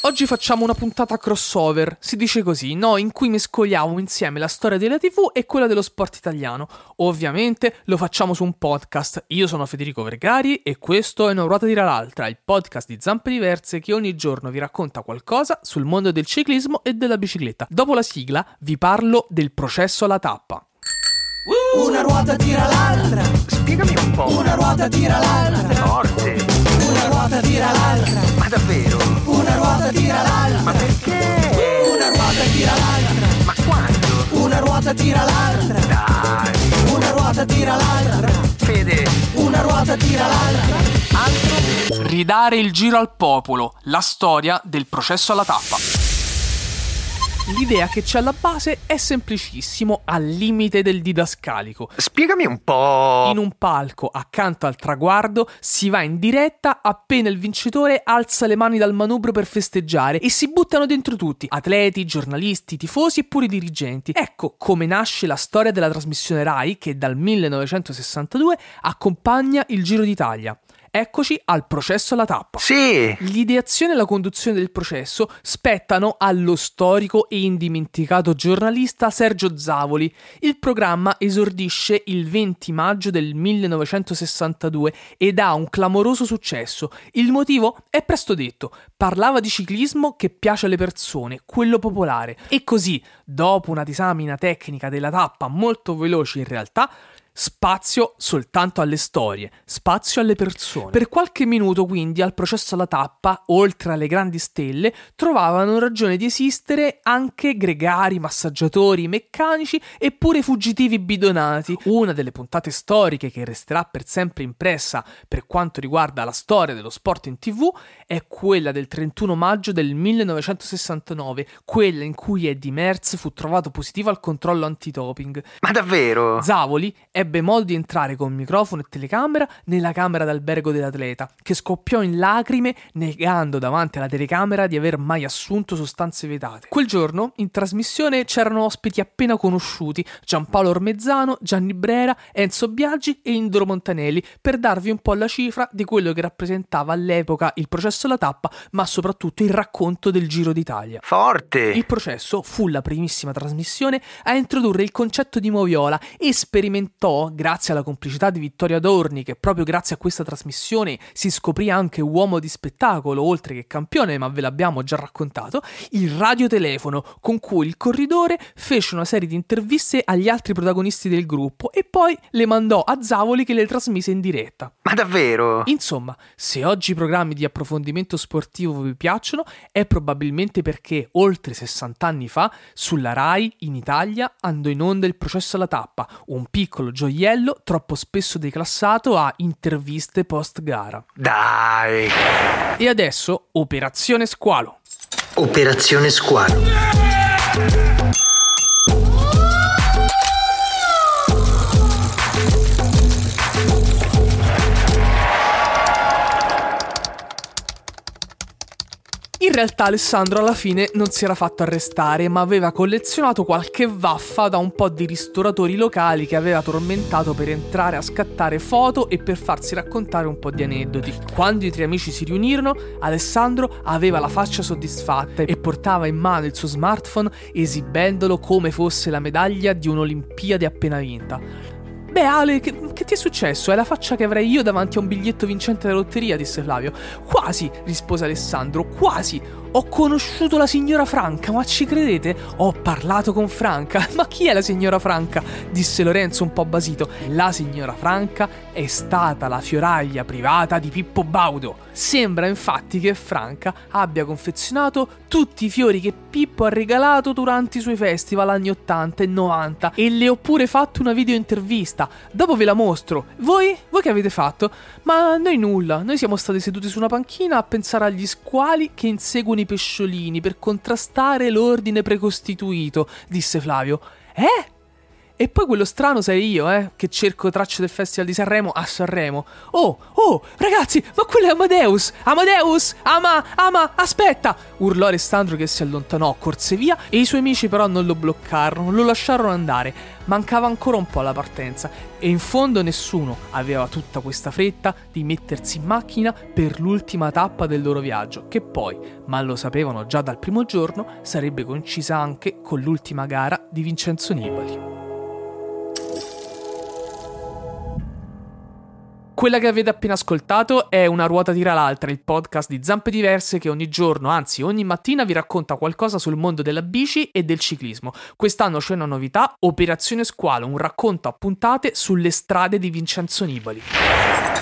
Oggi facciamo una puntata crossover, si dice così, no? In cui mescoliamo insieme la storia della TV e quella dello sport italiano. Ovviamente lo facciamo su un podcast. Io sono Federico Vergari e questo è Una ruota tira l'altra, il podcast di Zampe Diverse che ogni giorno vi racconta qualcosa sul mondo del ciclismo e della bicicletta. Dopo la sigla vi parlo del processo alla tappa. Una ruota tira l'altra. Spiegami un po'. Una ruota tira l'altra. Forte. Una ruota tira l'altra. Ma davvero? Una ruota tira l'altra. Ma perché? Una ruota tira l'altra. Ma quando? Una ruota tira l'altra. Dai. Una ruota tira l'altra. Fede. Una ruota tira l'altra. Altro? Ridare il giro al popolo, la storia del processo alla tappa. L'idea che c'è alla base è semplicissimo, al limite del didascalico. Spiegami un po'. In un palco, accanto al traguardo, si va in diretta appena il vincitore alza le mani dal manubrio per festeggiare e si buttano dentro tutti, atleti, giornalisti, tifosi e pure dirigenti. Ecco come nasce la storia della trasmissione Rai che dal 1962 accompagna il Giro d'Italia. Eccoci al processo alla tappa. Sì. L'ideazione e la conduzione del processo spettano allo storico e indimenticato giornalista Sergio Zavoli. Il programma esordisce il 20 maggio del 1962 ed ha un clamoroso successo. Il motivo è presto detto: parlava di ciclismo che piace alle persone, quello popolare. E così, dopo una disamina tecnica della tappa molto veloce in realtà, spazio soltanto alle storie, spazio alle persone. Per qualche minuto quindi al processo alla tappa, oltre alle grandi stelle, trovavano ragione di esistere anche gregari, massaggiatori, meccanici e pure fuggitivi bidonati. Una delle puntate storiche che resterà per sempre impressa per quanto riguarda la storia dello sport in TV è quella del 31 maggio del 1969, quella in cui Eddy Merckx fu trovato positivo al controllo antidoping. Ma davvero? Zavoli ebbe modo di entrare con microfono e telecamera nella camera d'albergo dell'atleta, che scoppiò in lacrime negando davanti alla telecamera di aver mai assunto sostanze vietate. Quel giorno in trasmissione c'erano ospiti appena conosciuti: Giampaolo Ormezzano, Gianni Brera, Enzo Biaggi e Indro Montanelli, per darvi un po' la cifra di quello che rappresentava all'epoca il processo alla tappa, ma soprattutto il racconto del Giro d'Italia. Forte. Il processo fu la primissima trasmissione a introdurre il concetto di moviola e sperimentò, grazie alla complicità di Vittorio Adorni, che proprio grazie a questa trasmissione si scoprì anche uomo di spettacolo oltre che campione, ma ve l'abbiamo già raccontato, il radiotelefono, con cui il corridore fece una serie di interviste agli altri protagonisti del gruppo e poi le mandò a Zavoli che le trasmise in diretta. Ma davvero? Insomma, se oggi i programmi di approfondimento sportivo vi piacciono, è probabilmente perché oltre 60 anni fa sulla Rai in Italia andò in onda il processo alla tappa, un piccolo gioiello troppo spesso declassato a interviste post gara. Dai. E adesso Operazione Squalo. Operazione Squalo. In realtà Alessandro alla fine non si era fatto arrestare, ma aveva collezionato qualche vaffa da un po' di ristoratori locali che aveva tormentato per entrare a scattare foto e per farsi raccontare un po' di aneddoti. Quando i tre amici si riunirono, Alessandro aveva la faccia soddisfatta e portava in mano il suo smartphone esibendolo come fosse la medaglia di un'Olimpiade appena vinta. Beh Ale, che ti è successo? È la faccia che avrei io davanti a un biglietto vincente della lotteria, disse Flavio. Quasi, rispose Alessandro, quasi. Ho conosciuto la signora Franca, ma ci credete? Ho parlato con Franca. Ma chi è la signora Franca? Disse Lorenzo un po' basito. La signora Franca è stata la fioraglia privata di Pippo Baudo. Sembra infatti che Franca abbia confezionato tutti i fiori che Pippo ha regalato durante i suoi festival anni 80 e 90 e le ho pure fatto una video intervista. Dopo ve la mostro. Voi che avete fatto? Ma noi nulla, noi siamo stati seduti su una panchina a pensare agli squali che inseguono i pesciolini per contrastare l'ordine precostituito, disse Flavio. E poi quello strano sei io, che cerco tracce del Festival di Sanremo a Sanremo. Oh, ragazzi, ma quello è Amadeus! Amadeus! Aspetta! Urlò Alessandro, che si allontanò, corse via, e i suoi amici però non lo bloccarono, lo lasciarono andare. Mancava ancora un po' alla partenza, e in fondo nessuno aveva tutta questa fretta di mettersi in macchina per l'ultima tappa del loro viaggio, che poi, ma lo sapevano già dal primo giorno, sarebbe coincisa anche con l'ultima gara di Vincenzo Nibali. Quella che avete appena ascoltato è Una ruota tira l'altra, il podcast di Zampe Diverse che ogni giorno, anzi ogni mattina, vi racconta qualcosa sul mondo della bici e del ciclismo. Quest'anno c'è una novità: Operazione Squalo, un racconto a puntate sulle strade di Vincenzo Nibali.